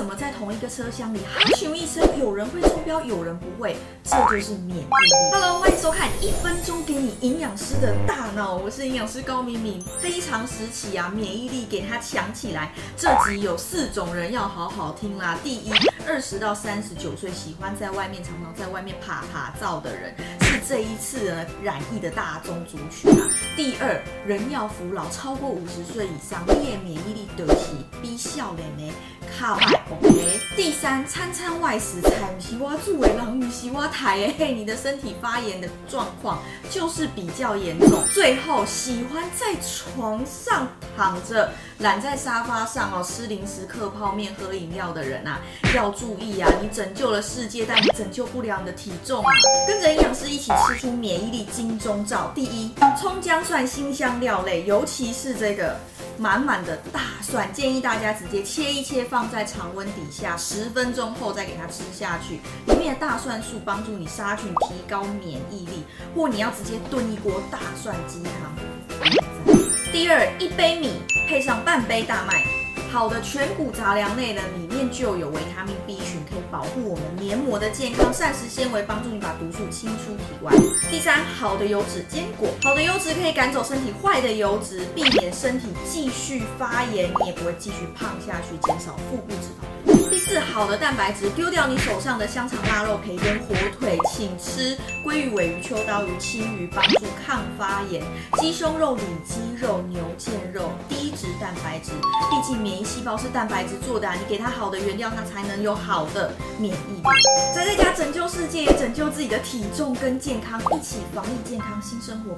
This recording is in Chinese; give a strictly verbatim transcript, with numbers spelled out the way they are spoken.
什么在同一个车厢里哈咻一声，有人会中标，有人不会？这就是免疫力。Hello， 欢迎收看一分钟给你营养师的大脑，我是营养师高敏敏。非常时期啊，免疫力给它强起来。这集有四种人要好好听啦。第一，二十到三十九岁，喜欢在外面常常在外面爬爬照的人，是这一次呢染疫的大宗族群啊。第二，人要服老，超过五十岁以上，你的免疫力就是比少年的较歹 OK。第三，餐餐外食，菜不是我煮的，人不是我抬的，嘿，你的身体发炎的状况就是比较严重。最后，喜欢在床上躺着，懒在沙发上哦，吃零食、嗑泡面、喝饮料的人啊，要注意啊！你拯救了世界，但你拯救不了你的体重啊！跟着营养师一起吃出免疫力金钟罩。第一，葱姜蒜辛香料类，尤其是这个满满的大蒜，建议大家直接切一切放在常温底下，十分钟后再给它吃下去。里面的大蒜素帮助你杀菌，提高免疫力。或你要直接炖一锅大蒜鸡汤。第二，一杯米配上半杯大麦。好的全谷杂粮类呢，里面就有维他命 B 群，可以保护我们黏膜的健康，膳食纤维帮助你把毒素清出体外。第三，好的油脂，坚果，好的油脂可以赶走身体坏的油脂，避免身体继续发炎，你也不会继续胖下去，减少腹部脂肪。第四，好的蛋白质，丢掉你手上的香肠、腊肉、培根、火腿，请吃鲑鱼、尾鱼、秋刀鱼、青鱼，帮助抗发炎。鸡胸肉、里脊肉、牛腱肉，低脂蛋白质，毕竟免疫细胞是蛋白质做的啊，你给它好的原料，它才能有好的免疫力。宅在家拯救世界，也拯救自己的体重跟健康，一起防疫健康新生活。